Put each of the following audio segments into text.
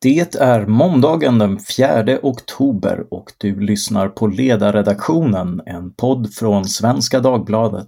Det är måndagen den 4 oktober och du lyssnar på Ledarredaktionen, en podd från Svenska Dagbladet.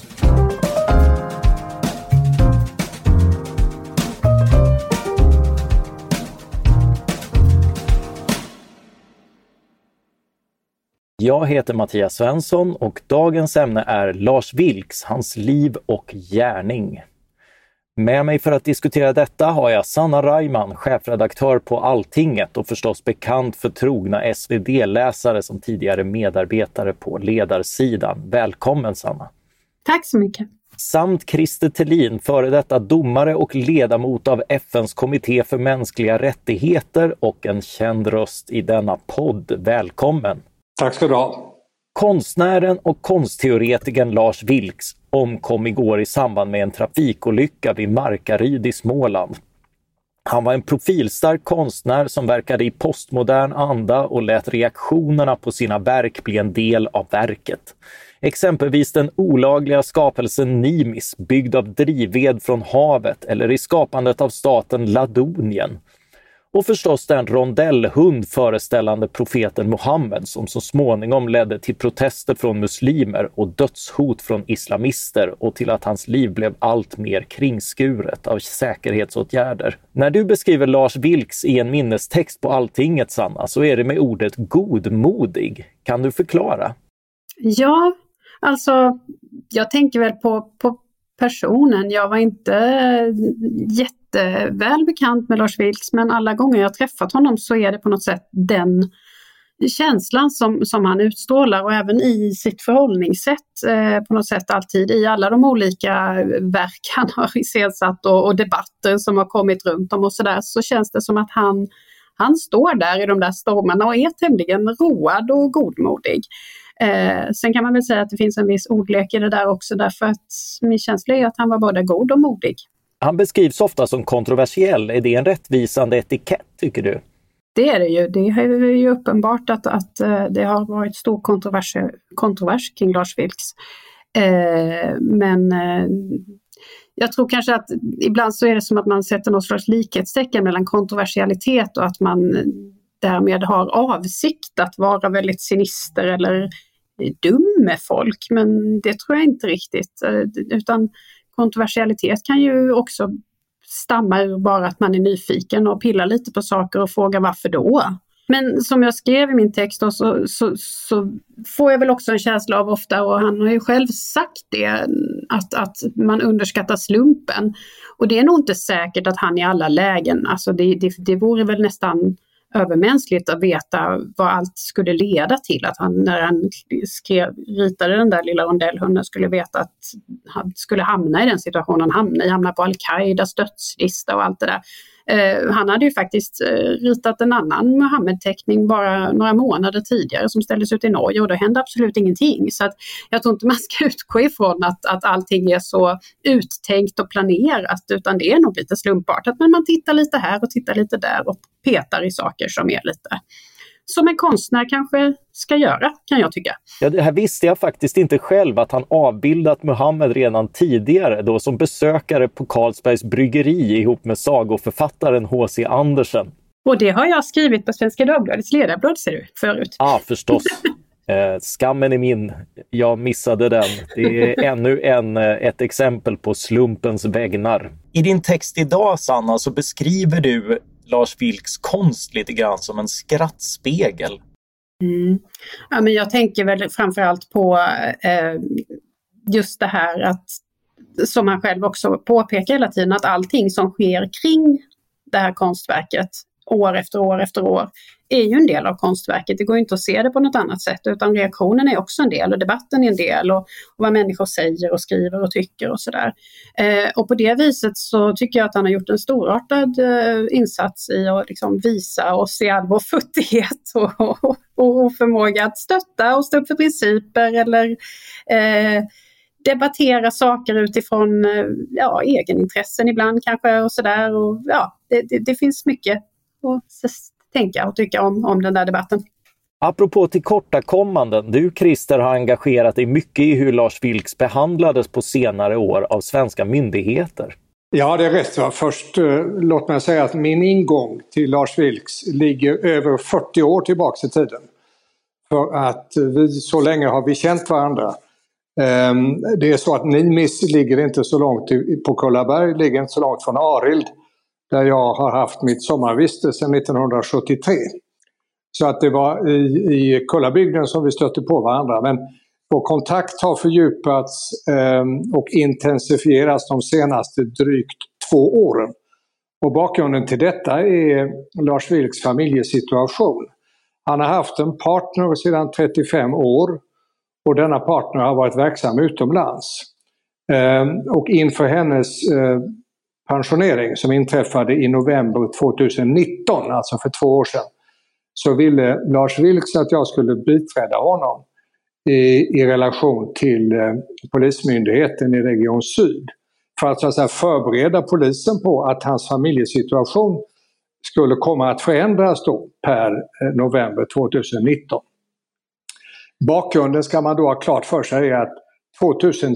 Jag heter Mattias Svensson och dagens ämne är Lars Vilks, hans liv och gärning. Med mig för att diskutera detta har jag Sanna Reimann, chefredaktör på Alltinget och förstås bekant för trogna SvD-läsare som tidigare medarbetare på ledarsidan. Välkommen Sanna! Tack så mycket! Samt Christer Thelin, före detta domare och ledamot av FNs kommitté för mänskliga rättigheter och en känd röst i denna podd. Välkommen! Tack ska du ha! Konstnären och konstteoretikern Lars Vilks omkom igår i samband med en trafikolycka vid Markaryd i Småland. Han var en profilstark konstnär som verkade i postmodern anda och lät reaktionerna på sina verk bli en del av verket. Exempelvis den olagliga skapelsen Nimis, byggd av drivved från havet, eller i skapandet av staten Ladonien. Och förstås den rondellhund föreställande profeten Muhammed som så småningom ledde till protester från muslimer och dödshot från islamister och till att hans liv blev allt mer kringskuret av säkerhetsåtgärder. När du beskriver Lars Vilks i en minnestext på Alltinget, Sanna, så är det med ordet godmodig. Kan du förklara? Ja, alltså jag tänker väl på personen. Jag var inte jätteväl bekant med Lars Vilks, men alla gånger jag träffat honom så är det på något sätt den känslan som han utstrålar, och även i sitt förhållningssätt på något sätt alltid i alla de olika verk han har iscensatt och debatter som har kommit runt om och sådär, så känns det som att han står där i de där stormarna och är tämligen road och godmodig. Sen kan man väl säga att det finns en viss ordlek i det där också, därför att min känsla är att han var både god och modig. Han beskrivs ofta som kontroversiell. Är det en rättvisande etikett, tycker du? Det är det ju. Det är ju uppenbart att det har varit stor kontrovers kring Lars Vilks. Men jag tror kanske att ibland så är det som att man sätter något slags likhetstecken mellan kontroversialitet och att man därmed har avsikt att vara väldigt sinister eller dum med folk. Men det tror jag inte riktigt. Utan kontroversialitet kan ju också stamma ur bara att man är nyfiken och pillar lite på saker och frågar varför då. Men som jag skrev i min text då, så får jag väl också en känsla av ofta, och han har ju själv sagt det, att man underskattar slumpen. Och det är nog inte säkert att han i alla lägen, alltså det vore väl nästan övermänskligt att veta vad allt skulle leda till, att han när han ritade den där lilla rondellhunden skulle veta att han skulle hamna i den situationen han hamna på Al-Qaidas dödslista och allt det där. Han hade ju faktiskt ritat en annan Muhammed-teckning bara några månader tidigare som ställdes ut i Norge, och då hände absolut ingenting. Så att jag tror inte man ska utgå ifrån att allting är så uttänkt och planerat, utan det är nog lite slumpartat. Men man tittar lite här och tittar lite där och petar i saker som är lite som en konstnär kanske ska göra, kan jag tycka. Ja, det här visste jag faktiskt inte själv, att han avbildat Muhammed redan tidigare då som besökare på Carlsbergs bryggeri ihop med sagoförfattaren H.C. Andersen. Och det har jag skrivit på Svenska Dagbladets ledarblad, ser du, förut. Ja, förstås. Skammen är min. Jag missade den. Det är ännu ett exempel på slumpens vägnar. I din text idag, Sanna, så beskriver du Lars Vilks konst lite grann som en skrattspegel. Ja, men jag tänker väl framförallt på just det här att, som han själv också påpekar hela tiden, att allting som sker kring det här konstverket år efter år efter år är ju en del av konstverket. Det går inte att se det på något annat sätt, utan reaktionen är också en del och debatten är en del och vad människor säger och skriver och tycker och sådär. Och på det viset så tycker jag att han har gjort en storartad insats i att liksom visa oss i all vår futtighet och förmåga att stötta och stå upp för principer eller debattera saker utifrån egenintressen ibland kanske och sådär. Och ja, det finns mycket att tänka och tycka om den där debatten. Apropå tillkortakommanden, du Christer har engagerat dig mycket i hur Lars Vilks behandlades på senare år av svenska myndigheter. Ja, det är rätt. Först låt mig säga att min ingång till Lars Vilks ligger över 40 år tillbaka i tiden. För att så länge har vi känt varandra. Det är så att Nimis ligger inte så långt på Kullaberg, ligger inte så långt från Arild, där jag har haft mitt sommarviste sedan 1973. Så att det var i Kullabygden som vi stötte på varandra. Men vår kontakt har fördjupats och intensifierats de senaste drygt 2 åren. Och bakgrunden till detta är Lars Vilks familjesituation. Han har haft en partner sedan 35 år och denna partner har varit verksam utomlands. Och inför hennes pensionering som inträffade i november 2019, alltså för 2 år sedan, så ville Lars Vilks att jag skulle biträda honom i relation till polismyndigheten i Region Syd. För att så att säga förbereda polisen på att hans familjesituation skulle komma att förändras då per november 2019. Bakgrunden ska man då ha klart för sig är att 2010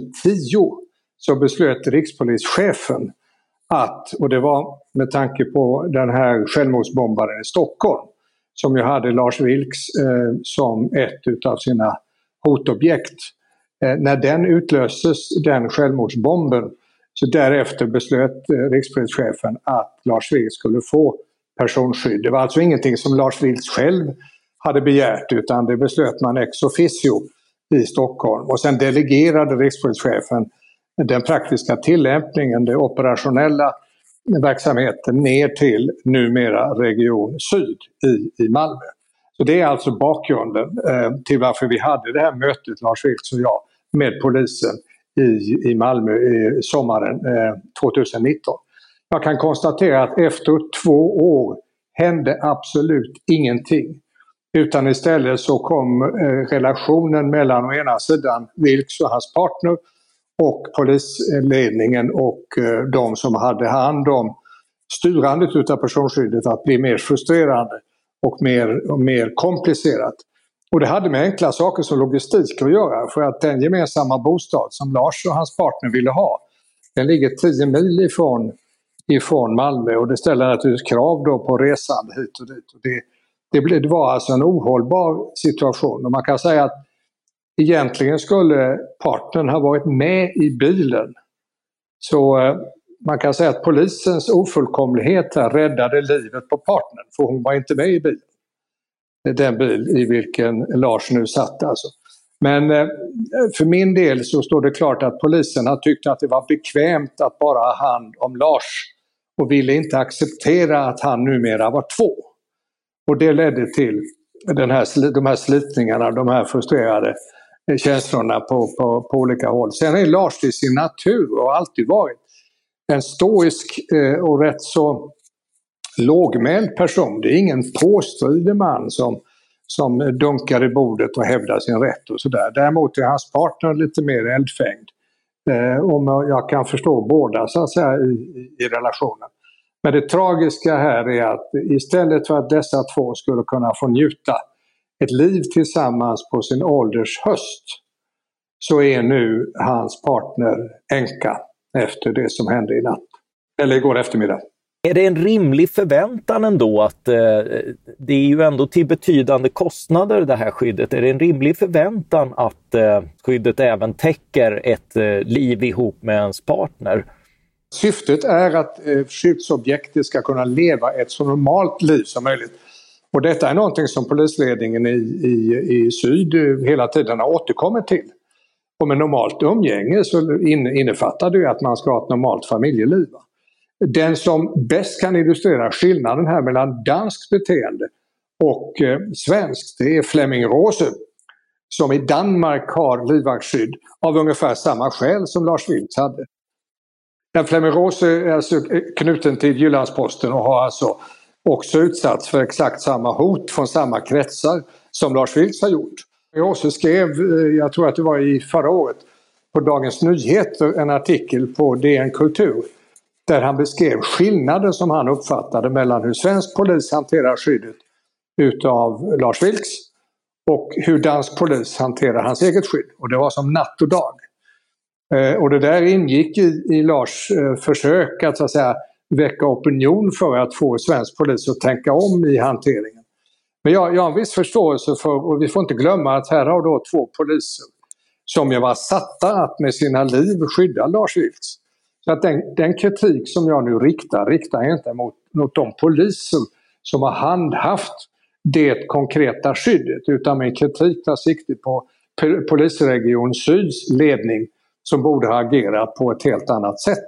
så beslöt rikspolischefen att, och det var med tanke på den här självmordsbombaren i Stockholm som ju hade Lars Vilks som ett av sina hotobjekt. När den utlöses, den självmordsbomben, så därefter beslöt rikspolischefen att Lars Vilks skulle få personskydd. Det var alltså ingenting som Lars Vilks själv hade begärt, utan det beslöt man ex officio i Stockholm. Och sen delegerade rikspolischefen den praktiska tillämpningen, det operationella verksamheten ner till numera Region Syd i Malmö. Så det är alltså bakgrunden till varför vi hade det här mötet, Lars Vilks och jag, med polisen i Malmö i sommaren 2019. Jag kan konstatera att efter 2 år hände absolut ingenting. Utan istället så kom relationen mellan å ena sidan Vilks och hans partner och polisledningen och de som hade hand om styrandet utav personskyddet att bli mer frustrerande och mer komplicerat. Och det hade med enkla saker som logistik att göra, för att den gemensamma bostad som Lars och hans partner ville ha, den ligger 10 mil ifrån Malmö, och det ställer naturligtvis krav då på resande hit och dit. Och det var alltså en ohållbar situation, och man kan säga att egentligen skulle partnern ha varit med i bilen. Så man kan säga att polisens ofullkomlighet här räddade livet på partnern, för hon var inte med i bilen. Den bil i vilken Lars nu satt alltså. Men för min del så står det klart att polisen har tyckt att det var bekvämt att bara ha hand om Lars och ville inte acceptera att han numera var 2. Och det ledde till de här slitningarna, de här frustrerade känslorna på olika håll. Sen är Lars i sin natur och alltid varit en stoisk och rätt så lågmäld person. Det är ingen påstridig man som dunkar i bordet och hävdar sin rätt och sådär. Däremot är hans partner lite mer eldfängd. Om jag kan förstå båda så att säga i relationen. Men det tragiska här är att istället för att dessa 2 skulle kunna få njuta ett liv tillsammans på sin ålders höst, så är nu hans partner änka efter det som hände i natt. Eller igår eftermiddag. Är det en rimlig förväntan ändå att det är ju ändå till betydande kostnader det här skyddet? Är det en rimlig förväntan att skyddet även täcker ett liv ihop med ens partner? Syftet är att skyddsobjektet ska kunna leva ett så normalt liv som möjligt. Och detta är någonting som polisledningen i Syd hela tiden har återkommit till. Och med normalt umgänge så innefattar det att man ska ha ett normalt familjeliv. Den som bäst kan illustrera skillnaden här mellan danskt beteende och svenskt, det är Flemming Rose, som i Danmark har livvaktsskydd av ungefär samma skäl som Lars Vilks hade. Flemming Rose är alltså knuten till Jyllandsposten och har alltså också utsatts för exakt samma hot från samma kretsar som Lars Vilks har gjort. Rose skrev, jag tror att det var i förra året, på Dagens Nyheter en artikel på DN Kultur där han beskrev skillnaden som han uppfattade mellan hur svensk polis hanterar skyddet utav Lars Vilks och hur dansk polis hanterar hans eget skydd. Och det var som natt och dag. Och det där ingick i Lars försök att, så att säga, väcka opinion för att få svensk polis att tänka om i hanteringen. Men jag har en viss förståelse för, och vi får inte glömma att här har då 2 poliser som ju var satta att med sina liv skydda Lars Vilks. Så att den kritik som jag nu riktar jag inte mot de poliser som har handhaft det konkreta skyddet, utan min kritik tar sikte på polisregion Syds ledning som borde ha agerat på ett helt annat sätt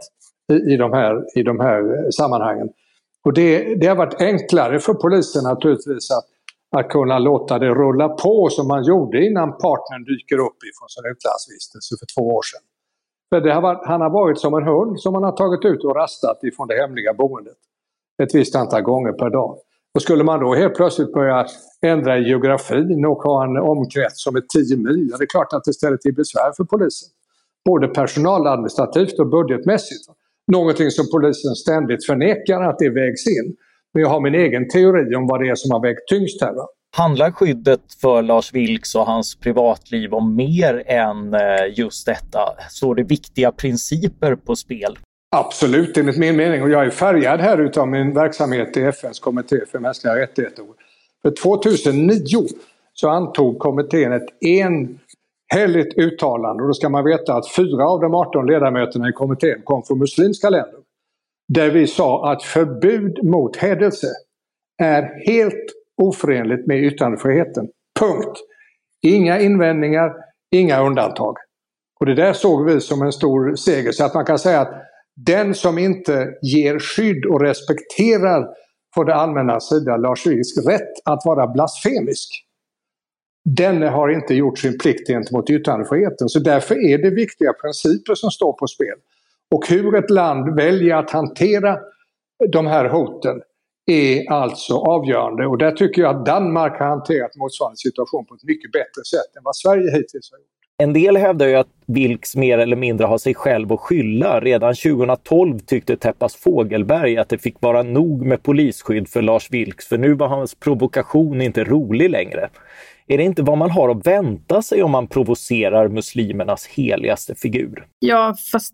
i de här sammanhangen. Och det har varit enklare för polisen naturligtvis att kunna låta det rulla på som man gjorde innan partnern dyker upp ifrån sin utlandsvistelse för 2 år sedan. För han har varit som en hund som man har tagit ut och rastat ifrån det hemliga boendet ett visst antal gånger per dag. Och skulle man då helt plötsligt börja ändra i geografin och ha en omkrets som är 10 mil, det är klart att det ställer till besvär för polisen. Både personaladministrativt och budgetmässigt. Någonting som polisen ständigt förnekar att det vägs in. Men jag har min egen teori om vad det är som har vägt tyngst här. Handlar skyddet för Lars Vilks och hans privatliv om mer än just detta? Så det viktiga principer på spel? Absolut, enligt min mening. Och jag är färgad här utav min verksamhet i FNs kommitté för mänskliga rättigheter. För 2009 så antog kommittén ett enhälligt uttalande. Och då ska man veta att 4 av de 18 ledamöterna i kommittén kom från muslimska länder. Där vi sa att förbud mot hädelse är helt oförenligt med yttrandefriheten. Punkt. Inga invändningar, inga undantag. Och det där såg vi som en stor seger. Så att man kan säga att den som inte ger skydd och respekterar på det allmänna sida Lars Vilks rätt att vara blasfemisk, den har inte gjort sin plikt gentemot yttrandefriheten. Så därför är det viktiga principer som står på spel. Och hur ett land väljer att hantera de här hoten är alltså avgörande. Och där tycker jag att Danmark har hanterat motsvarande situation på ett mycket bättre sätt än vad Sverige hittills har gjort. En del hävdar ju att Vilks mer eller mindre har sig själv att skylla. Redan 2012 tyckte Teppas Fågelberg att det fick vara nog med polisskydd för Lars Vilks, för nu var hans provokation inte rolig längre. Är det inte vad man har att vänta sig om man provocerar muslimernas heligaste figur? Ja, fast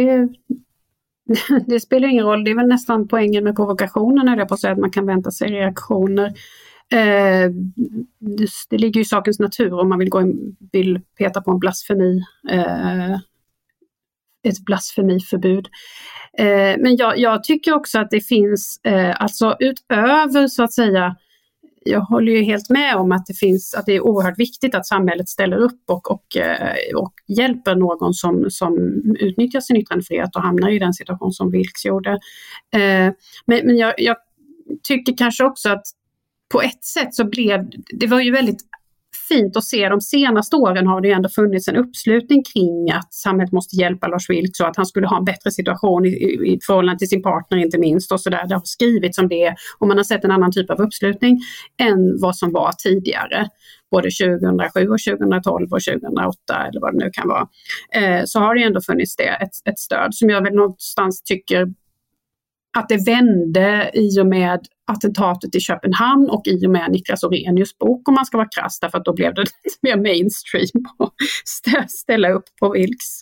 det spelar ingen roll. Det är väl nästan poängen med provokationen, är det på att säga att man kan vänta sig reaktioner. Det ligger ju i sakens natur om man vill peta på en blasfemi, ett blasfemiförbud. Men jag tycker också att det finns, alltså utöver så att säga, jag håller ju helt med om att det är oerhört viktigt att samhället ställer upp och hjälper någon som utnyttjar sin yttrandefrihet och hamnar i den situation som Vilks gjorde. Men jag tycker kanske också att på ett sätt så det var ju väldigt fint att se, de senaste åren har det ju ändå funnits en uppslutning kring att samhället måste hjälpa Lars Vilks så att han skulle ha en bättre situation i förhållande till sin partner inte minst och sådär. Det har skrivits om det och man har sett en annan typ av uppslutning än vad som var tidigare. Både 2007 och 2012 och 2008 eller vad det nu kan vara. Så har det ändå funnits ett stöd som jag väl någonstans tycker att det vände i och med attentatet i Köpenhamn och i och med Niklas Orrenius bok, om man ska vara krass, därför att då blev det lite mer mainstream att ställa upp på Vilks.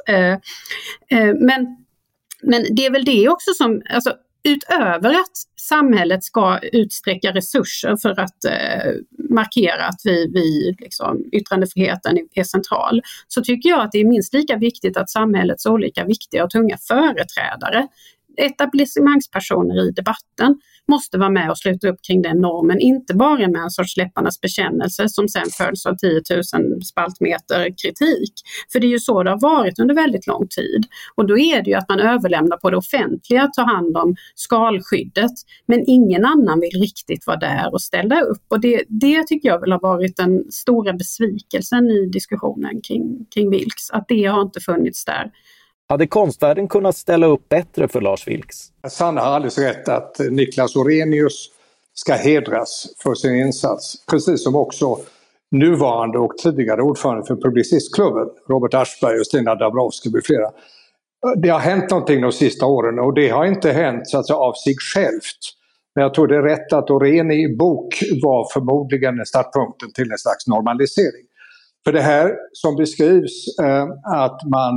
Men det är väl det också som, alltså, utöver att samhället ska utsträcka resurser för att markera att vi liksom, yttrandefriheten är central, så tycker jag att det är minst lika viktigt att samhällets olika viktiga och tunga företrädare, etablissemangspersoner i debatten, måste vara med och sluta upp kring den normen, inte bara med en sorts läpparnas bekännelse som sen följs av 10 000 spaltmeter kritik. För det är ju så det har varit under väldigt lång tid. Och då är det ju att man överlämnar på det offentliga att ta hand om skalskyddet, men ingen annan vill riktigt vara där och ställa upp. Och det tycker jag väl har varit den stora besvikelsen i diskussionen kring Vilks, att det har inte funnits där. Hade konstvärlden kunnat ställa upp bättre för Lars Vilks? Sanna har alldeles rätt att Niklas Orrenius ska hedras för sin insats. Precis som också nuvarande och tidigare ordförande för Publicistklubben, Robert Aschberg och Stina Dabrowski med flera. Det har hänt någonting de sista åren och det har inte hänt så att säga, av sig självt. Men jag tror det är rätt att Orrenius bok var förmodligen startpunkten till en slags normalisering. För det här som beskrivs att man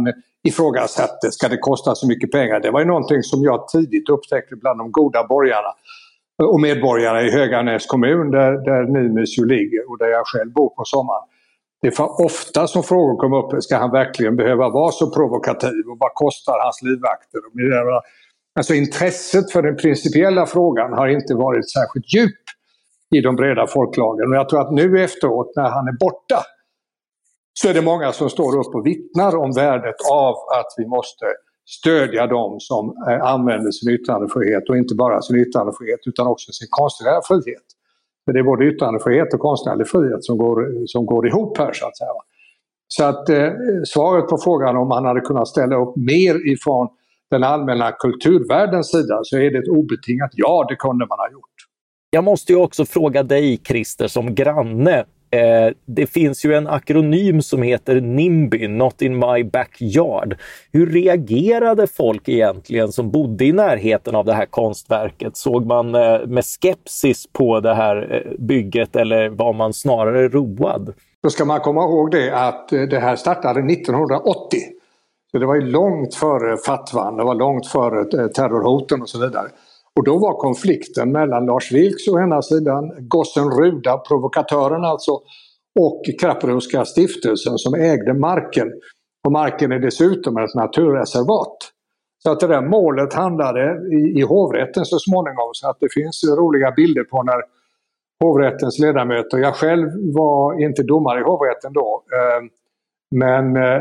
ifrågasatte, ska det kosta så mycket pengar? Det var ju någonting som jag tidigt upptäckte bland de goda borgarna och medborgarna i Höganäs kommun där Nimis ju ligger och där jag själv bor på sommaren. Det var ofta som frågor kom upp, ska han verkligen behöva vara så provokativ och vad kostar hans livvakter? Alltså intresset för den principiella frågan har inte varit särskilt djup i de breda folklagren. Och jag tror att nu efteråt när han är borta så är det många som står upp och vittnar om värdet av att vi måste stödja dem som använder sin yttrandefrihet och inte bara sin yttrandefrihet utan också sin konstnärliga frihet. För det är både yttrandefrihet och konstnärlig frihet som går ihop här så att säga. Så att svaret på frågan om man hade kunnat ställa upp mer ifrån den allmänna kulturvärldens sida så är det ett obetingat ja, det kunde man ha gjort. Jag måste ju också fråga dig, Christer, som granne. Det finns ju en akronym som heter NIMBY, Not in my backyard. Hur reagerade folk egentligen som bodde i närheten av det här konstverket? Såg man med skepsis på det här bygget eller var man snarare road? Då ska man komma ihåg det att det här startade 1980. Så det var ju långt före fatwan, det var långt före terrorhoten och så vidare. Och då var konflikten mellan Lars Vilks å ena sidan, Gossen Ruda, provokatören alltså, och Krapperuska stiftelsen som ägde marken. Och marken är dessutom ett naturreservat. Så att det där målet handlade i hovrätten så småningom, så att det finns roliga bilder på när hovrättens ledamöter, jag själv var inte domare i hovrätten då, men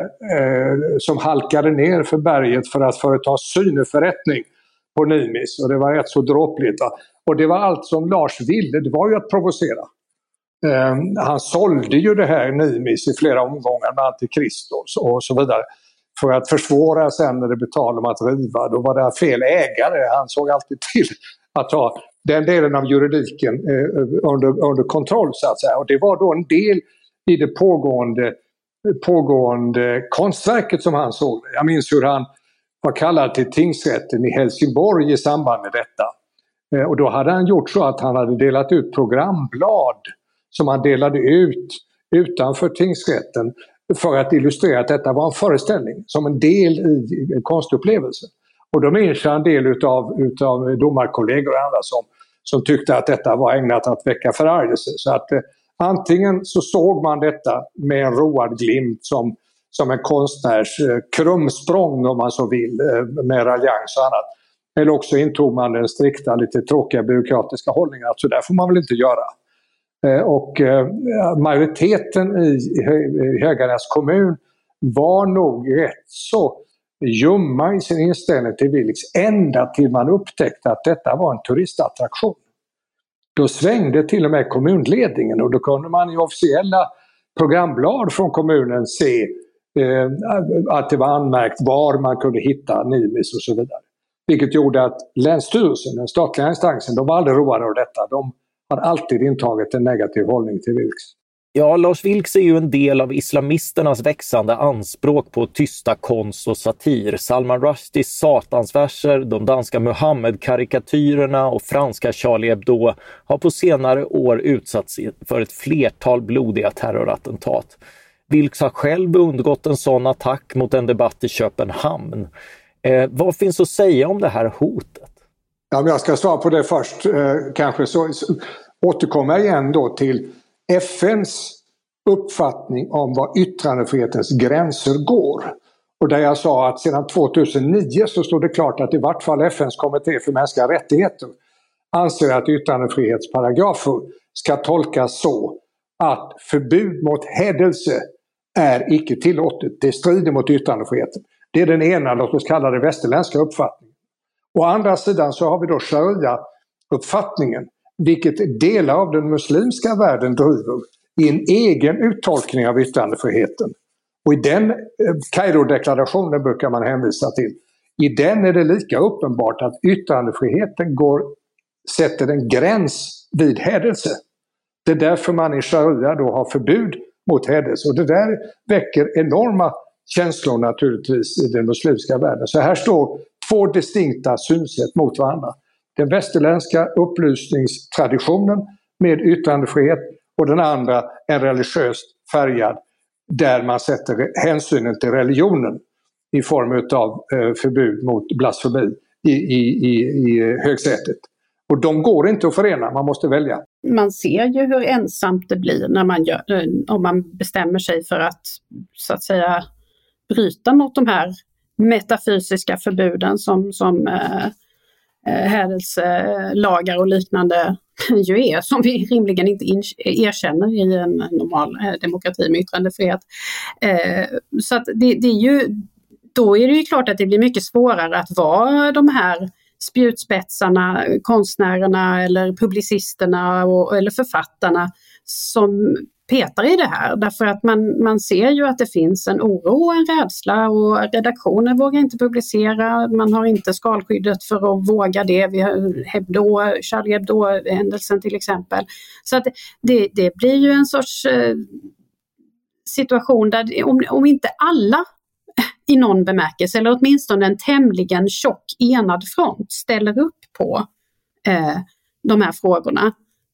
som halkade ner för berget för att företa syneförrättning på Nimis, och det var rätt så dråpligt. Och det var allt som Lars ville, det var ju att provocera. Han sålde ju det här Nimis i flera omgångar med Antikristos och så vidare för att försvåra sen när det blev tal om att riva. Då var det fel ägare, han såg alltid till att ha den delen av juridiken under kontroll så att säga. Och det var då en del i det pågående konstverket som han såg. Jag minns hur han var kallad till tingsrätten i Helsingborg i samband med detta. Och då hade han gjort så att han hade delat ut programblad som han delade ut utanför tingsrätten för att illustrera att detta var en föreställning som en del i konstupplevelsen. Och då minns jag en del utav domarkollegor och andra som tyckte att detta var ägnat att väcka förargelse. Så att antingen så såg man detta med en road glimt som en konstnärs krumsprång om man så vill, med raljans och annat. Eller också intog man den strikta, lite tråkiga byråkratiska hållningen att så där får man väl inte göra. Och majoriteten i Höganäs kommun var nog rätt så ljumma i sin inställning till Vilks ända till man upptäckte att detta var en turistattraktion. Då svängde till och med kommunledningen och då kunde man i officiella programblad från kommunen se att det var anmärkt var man kunde hitta Nimis och så vidare. Vilket gjorde att Länsstyrelsen, den statliga instansen, de var aldrig roade av detta. De har alltid intagit en negativ hållning till Vilks. Ja, Lars Vilks är ju en del av islamisternas växande anspråk på tysta konst och satir. Salman Rushdies satansverser, de danska Muhammed-karikatyrerna och franska Charlie Hebdo har på senare år utsatts för ett flertal blodiga terrorattentat. Vilks har själv undgått en sån attack mot en debatt i Köpenhamn. Vad finns att säga om det här hotet? Ja, men jag ska svara på det först. Kanske så återkommer jag igen då till FNs uppfattning om var yttrandefrihetens gränser går. Och där jag sa att sedan 2009 så står det klart att i vart fall FNs kommitté för mänskliga rättigheter anser att yttrandefrihetsparagrafer ska tolkas så att förbud mot hädelse är icke tillåtet. Det strider mot yttrandefriheten. Det är den ena, låt oss kalla det västerländska uppfattningen. Å andra sidan så har vi då sharia-uppfattningen, vilket delar av den muslimska världen driver i en egen uttolkning av yttrandefriheten. Och i den Kairo-deklarationen brukar man hänvisa till. I den är det lika uppenbart att yttrandefriheten sätter en gräns vid hädelse. Det är därför man i sharia då har förbud mot hädelse. Och det där väcker enorma känslor naturligtvis i den muslimska världen. Så här står två distinkta synsätt mot varandra. Den västerländska upplysningstraditionen med yttrandefrihet och den andra en religiöst färgad där man sätter hänsynen till religionen i form av förbud mot blasfemi i högsätet. Och de går inte att förena, man måste välja. Man ser ju hur ensamt det blir när om man bestämmer sig för att, så att säga, bryta mot de här metafysiska förbuden som hädelselagar och liknande ju är, som vi rimligen inte erkänner i en normal demokrati med yttrandefrihet. Så att det är ju, då är det ju klart att det blir mycket svårare att vara de här spjutspetsarna, konstnärerna eller publicisterna eller författarna som petar i det här. Därför att man ser ju att det finns en oro och en rädsla och redaktioner vågar inte publicera. Man har inte skalskyddet för att våga det. Vi har Charlie Hebdo-händelsen till exempel. Så att det blir ju en sorts situation där om inte alla i någon bemärkelse, eller åtminstone en tämligen tjock enad front ställer upp på de här frågorna,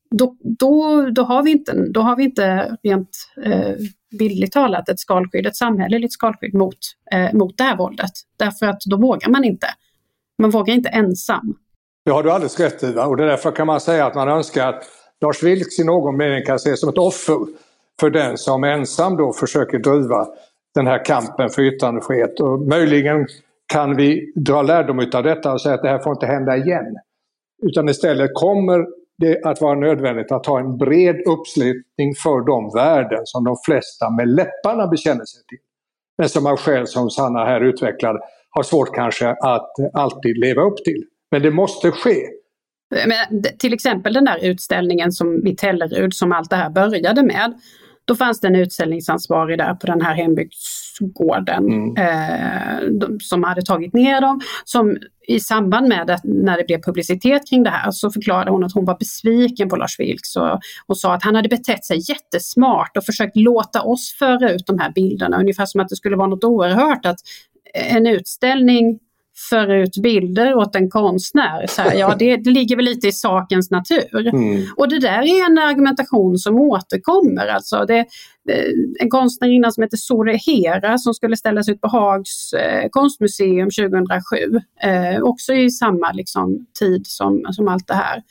då har vi inte rent bildligt talat ett samhälleligt skalskydd mot det här våldet. Därför att då vågar man inte. Man vågar inte ensam. Det har du alldeles rätt i, och därför kan man säga att man önskar att Lars Vilks i någon mening kan ses som ett offer för den som ensam då försöker driva den här kampen för yttrandefrihet. Och möjligen kan vi dra lärdom av detta och säga att det här får inte hända igen. Utan istället kommer det att vara nödvändigt att ha en bred uppslutning för de värden som de flesta med läpparna bekänner sig till. Men som man själv, som Sanna här utvecklade, har svårt kanske att alltid leva upp till. Men det måste ske. Men, till exempel den där utställningen som i Tellerud som allt det här började med. Då fanns det en utställningsansvarig där på den här hembygdsgården som hade tagit ner dem. Som i samband med att när det blev publicitet kring det här så förklarade hon att hon var besviken på Lars Vilks och sa att han hade betett sig jättesmart och försökt låta oss föra ut de här bilderna. Ungefär som att det skulle vara något oerhört att en utställning för ut bilder åt en konstnär. Så här, ja, det ligger väl lite i sakens natur. Och det där är en argumentation som återkommer. Alltså en konstnärinna som heter Sore Hera som skulle ställas ut på Hags konstmuseum 2007. Också i samma liksom, tid som allt det här.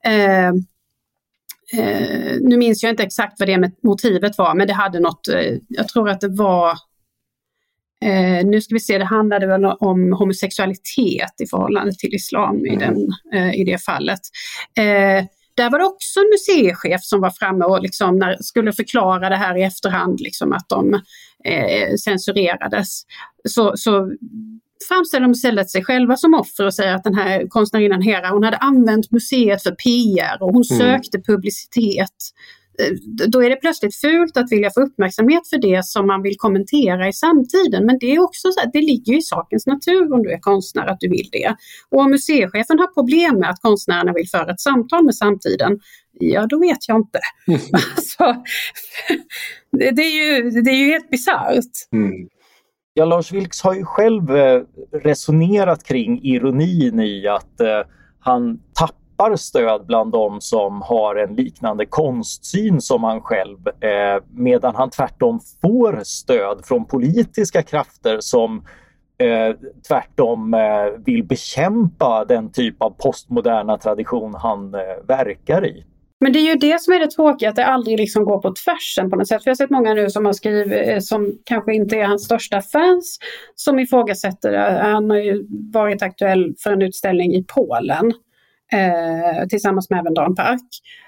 Nu minns jag inte exakt vad det motivet var, men det hade något, jag tror att det var nu ska vi se, det handlade väl om homosexualitet i förhållande till islam i det fallet. Där var det också en museichef som var framme och liksom skulle förklara det här i efterhand, liksom att de censurerades. Så framställer de istället sig själva som offer och säger att den här konstnärinnan Hera, hon hade använt museet för PR och hon sökte publicitet. Då är det plötsligt fult att vilja få uppmärksamhet för det som man vill kommentera i samtiden. Men det är också så att det ligger i sakens natur om du är konstnär att du vill det. Och om museichefen har problem med att konstnärerna vill föra ett samtal med samtiden, ja då vet jag inte. Alltså, det är ju helt bisarrt. Ja, Lars Vilks har ju själv resonerat kring ironin i att han tappar stöd bland de som har en liknande konstsyn som han själv, medan han tvärtom får stöd från politiska krafter som tvärtom vill bekämpa den typ av postmoderna tradition han verkar i. Men det är ju det som är det tråkiga, att det aldrig liksom går på tvärsen på något sätt. För jag har sett många nu som har skrivit, som kanske inte är hans största fans, som ifrågasätter det. Han har ju varit aktuell för en utställning i Polen tillsammans med även Dan Park.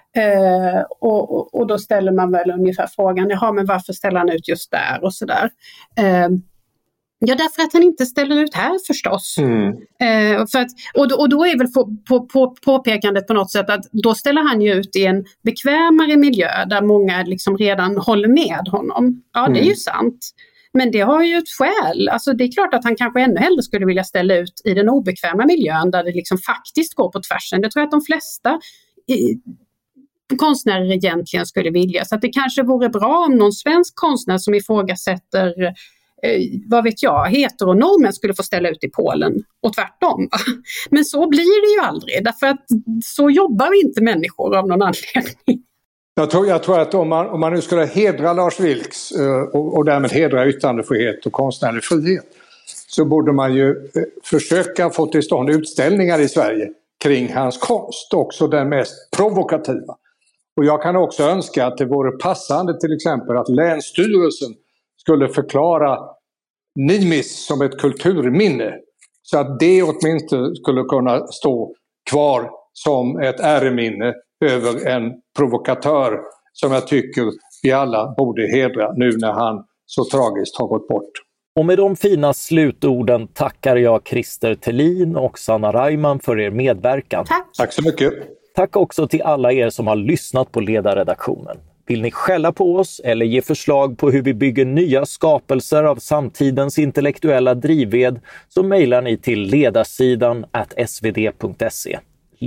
Och då ställer man väl ungefär frågan, jaha, men varför ställer han ut just där och sådär? Ja, därför att han inte ställer ut här förstås. Och då är väl påpekandet på något sätt att då ställer han ju ut i en bekvämare miljö där många liksom redan håller med honom. Ja, det är ju sant. Men det har ju ett skäl. Alltså det är klart att han kanske ännu hellre skulle vilja ställa ut i den obekväma miljön där det liksom faktiskt går på tvärsen. Det tror jag att de flesta konstnärer egentligen skulle vilja. Så att det kanske vore bra om någon svensk konstnär som ifrågasätter vad vet jag, heteronormen skulle få ställa ut i Polen och tvärtom. Men så blir det ju aldrig, därför att så jobbar inte människor av någon anledning. Jag tror att om man nu skulle hedra Lars Vilks och därmed hedra yttrandefrihet och konstnärlig frihet, så borde man ju försöka få till stånd utställningar i Sverige kring hans konst, också den mest provokativa. Och jag kan också önska att det vore passande till exempel att Länsstyrelsen skulle förklara Nimis som ett kulturminne, så att det åtminstone skulle kunna stå kvar som ett äreminne över en provokatör som jag tycker vi alla borde hedra nu när han så tragiskt har gått bort. Och med de fina slutorden tackar jag Christer Thelin och Sanna Reimann för er medverkan. Tack så mycket. Tack också till alla er som har lyssnat på Ledarredaktionen. Vill ni skälla på oss eller ge förslag på hur vi bygger nya skapelser av samtidens intellektuella drivved, så mejlar ni till ledarsidan@svd.se.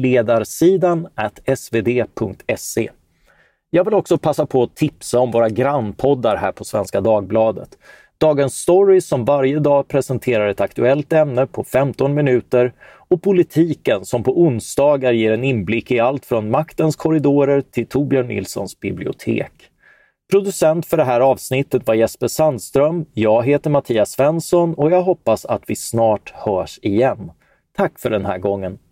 ledarsidan@svd.se. Jag vill också passa på att tipsa om våra grannpoddar här på Svenska Dagbladet. Dagens Story som varje dag presenterar ett aktuellt ämne på 15 minuter och Politiken som på onsdagar ger en inblick i allt från maktens korridorer till Torbjörn Nilssons bibliotek. Producent för det här avsnittet var Jesper Sandström, jag heter Mattias Svensson och jag hoppas att vi snart hörs igen. Tack för den här gången.